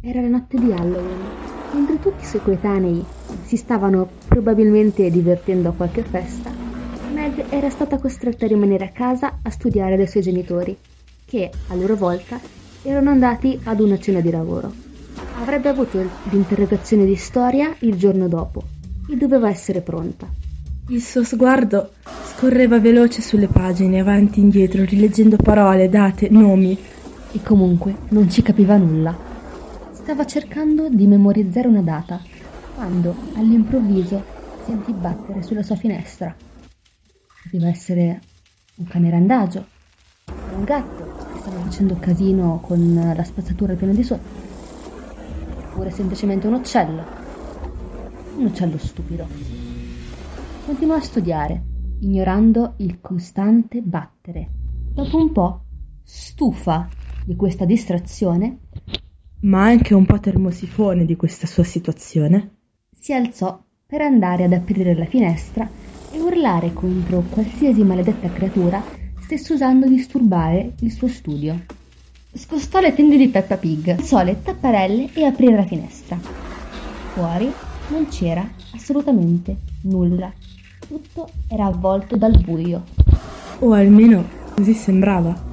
Era la notte di Halloween, mentre tutti i suoi coetanei si stavano probabilmente divertendo a qualche festa. Meg era stata costretta a rimanere a casa a studiare dai suoi genitori, che, a loro volta, erano andati ad una cena di lavoro. Avrebbe avuto l'interrogazione di storia il giorno dopo e doveva essere pronta. Il suo sguardo scorreva veloce sulle pagine, avanti e indietro, rileggendo parole, date, nomi. E comunque non ci capiva nulla. Stava cercando di memorizzare una data, quando all'improvviso sentì battere sulla sua finestra. Poteva essere un cane randagio, un gatto che stava facendo casino con la spazzatura piena di sotto, oppure semplicemente un uccello stupido. Continuò a studiare, ignorando il costante battere. Dopo un po', stufa di questa distrazione, ma anche un po' termosifone di questa sua situazione, si alzò per andare ad aprire la finestra e urlare contro qualsiasi maledetta creatura stesse usando a disturbare il suo studio. Scostò le tende di Peppa Pig, alzò le tapparelle e aprì la finestra. Fuori non c'era assolutamente nulla. Tutto era avvolto dal buio. o almeno così sembrava.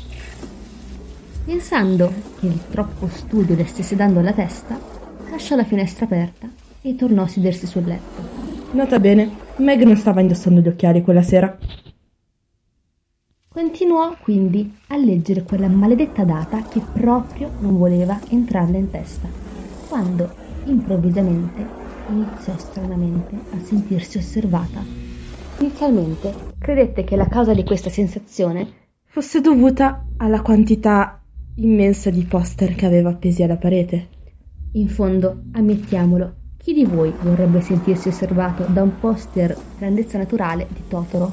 Pensando che il troppo studio le stesse dando alla testa, lasciò la finestra aperta e tornò a sedersi sul letto. Nota bene, Meg non stava indossando gli occhiali quella sera. Continuò quindi a leggere quella maledetta data che proprio non voleva entrarle in testa, quando improvvisamente iniziò stranamente a sentirsi osservata. Inizialmente credette che la causa di questa sensazione Fosse dovuta alla quantità immensa di poster che aveva appesi alla parete. In fondo, ammettiamolo, chi di voi vorrebbe sentirsi osservato da un poster grandezza naturale di Totoro?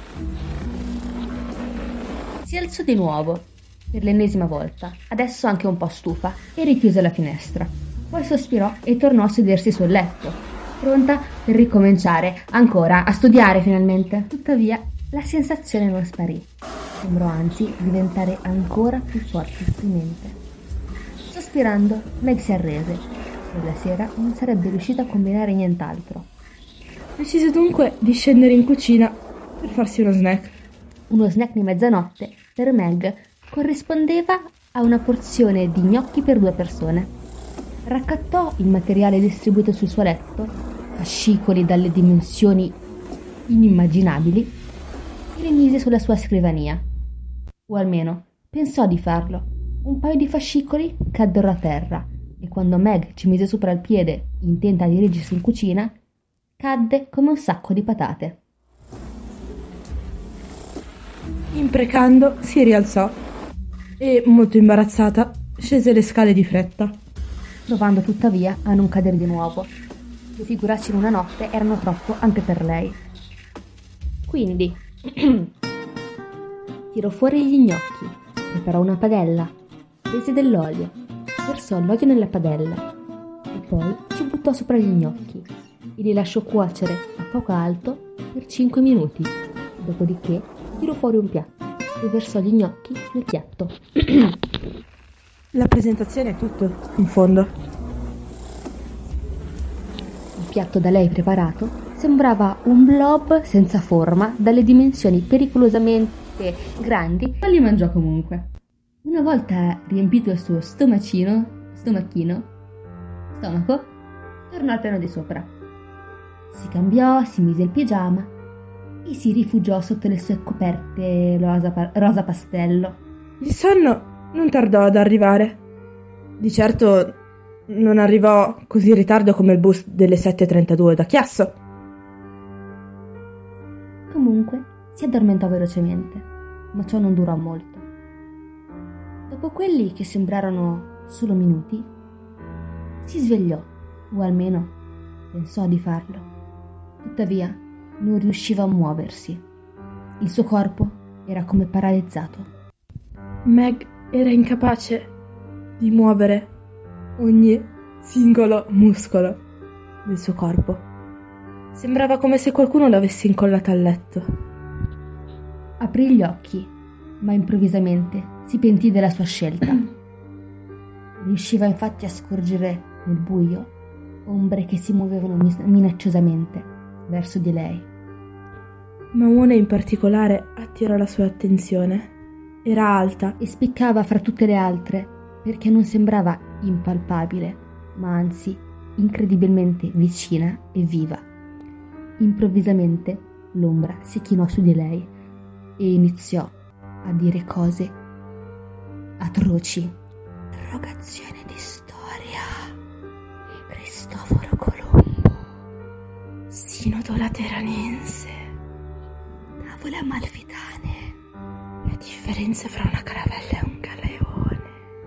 Si alzò di nuovo, per l'ennesima volta, adesso anche un po' stufa, e richiuse la finestra. Poi sospirò e tornò a sedersi sul letto, pronta per ricominciare ancora a studiare finalmente. Tuttavia, la sensazione non sparì. Sembrò anzi diventare ancora più forte di mente. Sospirando, Meg si arrese. Quella sera non sarebbe riuscita a combinare nient'altro. Decise dunque di scendere in cucina per farsi uno snack. Uno snack di mezzanotte, per Meg, corrispondeva a una porzione di gnocchi per 2 persone. Raccattò il materiale distribuito sul suo letto, fascicoli dalle dimensioni inimmaginabili, e li mise sulla sua scrivania. O almeno pensò di farlo. Un paio di fascicoli caddero a terra e quando Meg ci mise sopra il piede, intenta a dirigersi in cucina, cadde come un sacco di patate. Imprecando, si rialzò e, molto imbarazzata, scese le scale di fretta. Provando tuttavia a non cadere di nuovo. 2 figuracce in una notte erano troppo anche per lei. Quindi tirò fuori gli gnocchi, preparò una padella, prese dell'olio, versò l'olio nella padella e poi ci buttò sopra gli gnocchi e li lasciò cuocere a fuoco alto per 5 minuti. Dopodiché tirò fuori un piatto e versò gli gnocchi nel piatto. La presentazione è tutto, in fondo. Il piatto da lei preparato sembrava un blob senza forma dalle dimensioni pericolosamente grandi, ma li mangiò comunque. Una volta riempito il suo stomaco, tornò al piano di sopra. Si cambiò, si mise il pigiama e si rifugiò sotto le sue coperte rosa pastello. Il sonno non tardò ad arrivare. Di certo non arrivò così in ritardo come il bus delle 7:32 da Chiasso. Comunque si addormentò velocemente, ma ciò non durò molto. Dopo quelli che sembrarono solo minuti, si svegliò, o almeno pensò di farlo. Tuttavia non riusciva a muoversi. Il suo corpo era come paralizzato. Meg era incapace di muovere ogni singolo muscolo del suo corpo. Sembrava come se qualcuno l'avesse incollata al letto. Aprì gli occhi, ma improvvisamente si pentì della sua scelta. Riusciva infatti a scorgere nel buio ombre che si muovevano minacciosamente verso di lei. Ma una in particolare attirò la sua attenzione. Era alta e spiccava fra tutte le altre perché non sembrava impalpabile, ma anzi incredibilmente vicina e viva. Improvvisamente l'ombra si chinò su di lei e iniziò a dire cose atroci. Interrogazione di storia. Cristoforo Colombo. Sinodo Lateranense. Tavole amalfitane. La differenza fra una caravella e un galeone.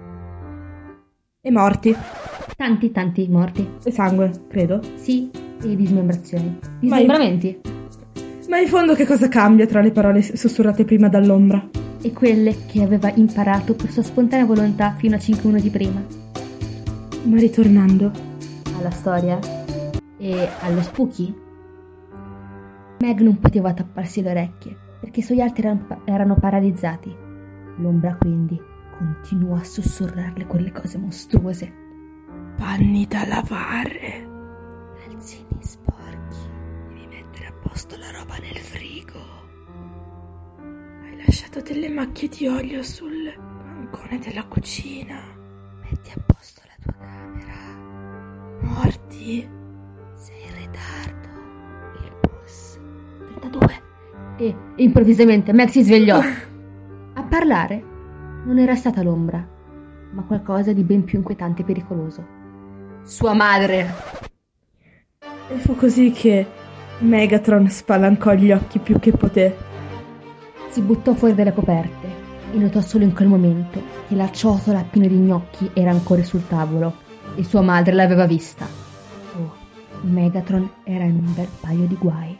E morti. Tanti morti. E sangue, credo. Sì, e dismembrazioni. Dismembramenti. Ma in fondo che cosa cambia tra le parole sussurrate prima dall'ombra? E quelle che aveva imparato per sua spontanea volontà fino a 5 minuti prima. Ma ritornando alla storia e allo spooky, Meg non poteva tapparsi le orecchie perché i suoi arti erano paralizzati. L'ombra quindi continuò a sussurrarle quelle cose mostruose. Panni da lavare. Calzini sporchi. Devi mettere a posto la roba nel frigo. Hai lasciato delle macchie di olio sul bancone della cucina. Metti a posto la tua camera. Morti. Sei in ritardo. Il bus. 32. E improvvisamente Meg si svegliò. A parlare non era stata l'ombra, ma qualcosa di ben più inquietante e pericoloso. Sua madre. E fu così che Megatron spalancò gli occhi più che poté. Si buttò fuori dalle coperte e notò solo in quel momento che la ciotola piena di gnocchi era ancora sul tavolo e sua madre l'aveva vista. Oh, Megatron era in un bel paio di guai.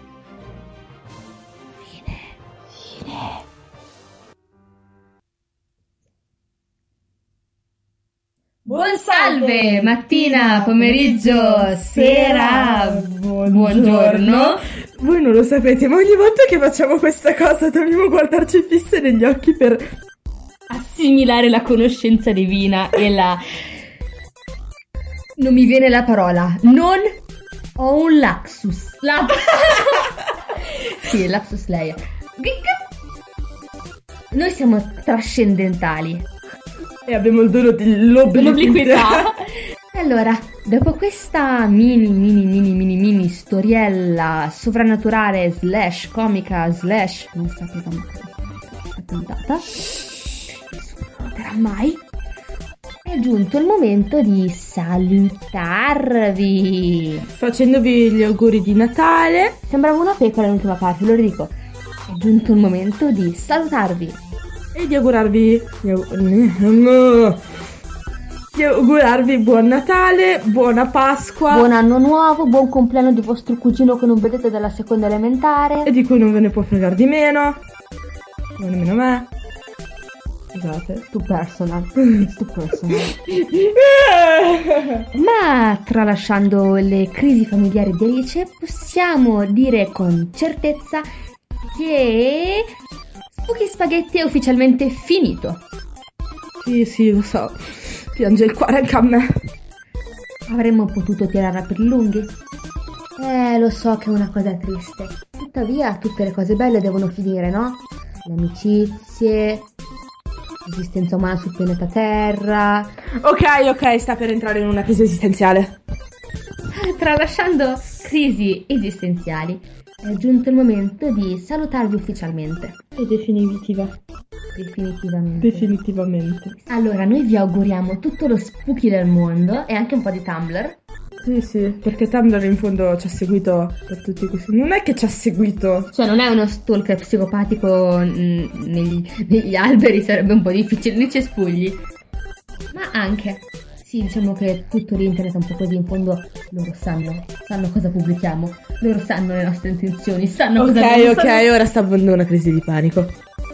Fine. Buon salve, mattina, pomeriggio, sera, buongiorno. Voi non lo sapete, ma ogni volta che facciamo questa cosa dobbiamo guardarci fisse negli occhi per assimilare la conoscenza divina e la... Non mi viene la parola. Non ho un lapsus. Sì, lapsus lei. Noi siamo trascendentali. E abbiamo il dono dell'obliquità. Allora, dopo questa mini storiella sovrannaturale / comica / non sapevamo cosa fare questa puntata, nessuno noterà mai, è giunto il momento di salutarvi facendovi gli auguri di Natale. Sembrava una pecora nell'ultima parte, lo ridico. È giunto il momento di salutarvi e di augurarvi buon Natale, buona Pasqua, buon anno nuovo, buon compleanno di vostro cugino che non vedete dalla seconda elementare e di cui non ve ne può fregare di meno, non nemmeno me. Scusate, too personal. Ma tralasciando le crisi familiari di Alice, possiamo dire con certezza che Spooky Spaghetti è ufficialmente finito. Sì, lo so. Piange il cuore anche a me. Avremmo potuto tirarla per i lunghi. Lo so che è una cosa triste. Tuttavia, tutte le cose belle devono finire, no? Le amicizie, l'esistenza umana sul pianeta Terra. Ok, sta per entrare in una crisi esistenziale. Tralasciando crisi esistenziali, è giunto il momento di salutarvi ufficialmente. E definitivamente. Allora, noi vi auguriamo tutto lo spooky del mondo e anche un po' di Tumblr. Sì, perché Tumblr in fondo ci ha seguito per tutti questi... Non è che ci ha seguito, cioè non è uno stalker psicopatico negli alberi, sarebbe un po' difficile, nei cespugli. Ma anche... Sì, diciamo che tutto l'internet è un po' così, in fondo loro sanno cosa pubblichiamo, loro sanno le nostre intenzioni, sanno cosa vogliamo fare. Ok, ora sta avvenendo una crisi di panico.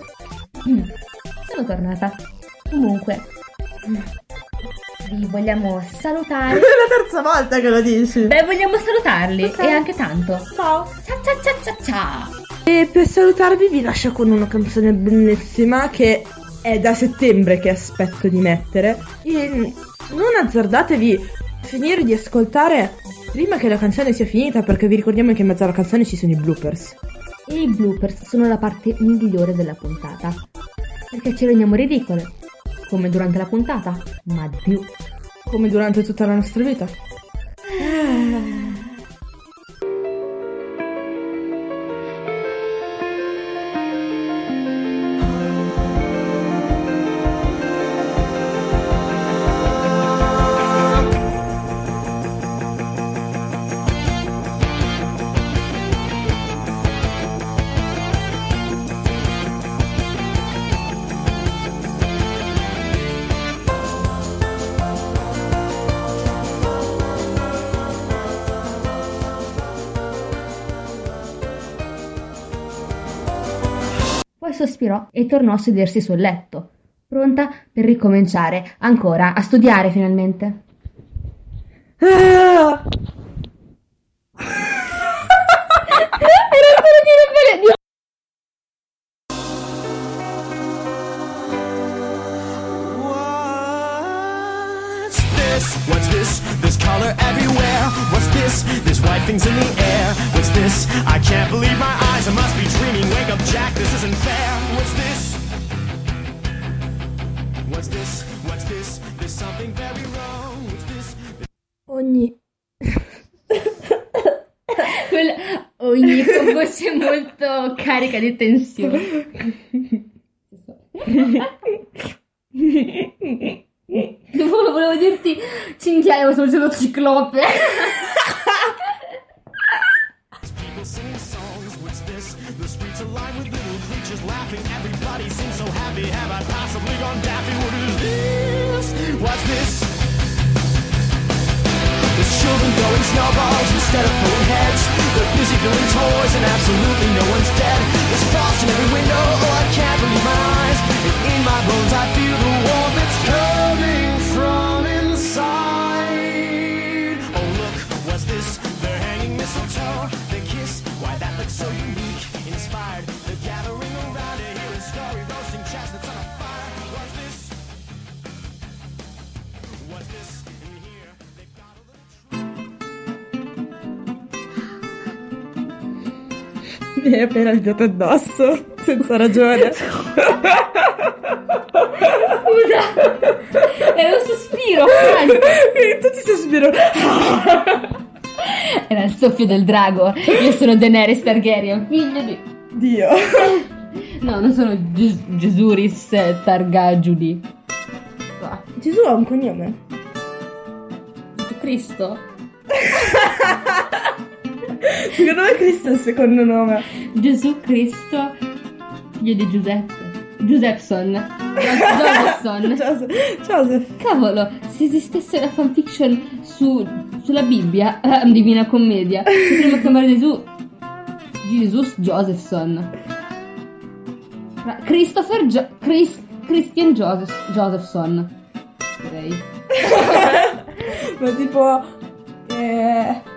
Sono tornata. Comunque, vi vogliamo salutare. È la terza volta che lo dici. Beh, vogliamo salutarli, okay. E anche tanto. Ciao. Ciao. E per salutarvi vi lascio con una canzone bellissima che è da settembre che aspetto di mettere e non azzardatevi a finire di ascoltare prima che la canzone sia finita, perché vi ricordiamo che in mezzo alla canzone ci sono i bloopers. E i bloopers sono la parte migliore della puntata, perché ci rendiamo ridicole, come durante la puntata, ma di più. Come durante tutta la nostra vita. Poi sospirò e tornò a sedersi sul letto, pronta per ricominciare ancora a studiare finalmente. Ah! Era solo di What's this? This color everywhere. What's this? There's white things in the air. What's this? I can't believe my eyes. I must be dreaming. Wake up, Jack. This isn't fair. What's this? What's this? What's this? There's something very wrong. What's this? Ogni voce molto carica di tensione. Volevo dirti cinghiale, ma sono dicendo ciclope. People singing songs. What's this? The streets are lined with little creatures laughing. Everybody seems so happy. Have I possibly gone daffy? What is this? What's this? There's children throwing snowballs instead of throwing heads. They're busy building toys and absolutely no one's dead. There's frost in every window. Oh, I can't believe my eyes. And in my bones I feel the warmth that's coming from inside. Oh look, what's this? They're hanging mistletoe. They kiss, why that looks so unique. Inspired, they're gathering around it. Hearing story, roasting chestnuts on a fire. What's this? What's this? In here, they've got a little Mi hai appena ridato addosso, senza ragione. Scusa, era un sospiro. Tutti sospiro. Era il soffio del drago. Io sono Daenerys Targaryen, figlio di... Dio. No, non sono Gesuris Targaryen. Gesù ha un cognome. Gesù Cristo? Secondo me Cristo è il secondo nome. Gesù Cristo, figlio di Giuseppe. Giuseppson. Josephson. Joseph. Cavolo, se esistesse una fanfiction sulla Bibbia, Divina Commedia, potremmo chiamare Gesù Jesus Josephson. Christian Josephson. Direi. Ma tipo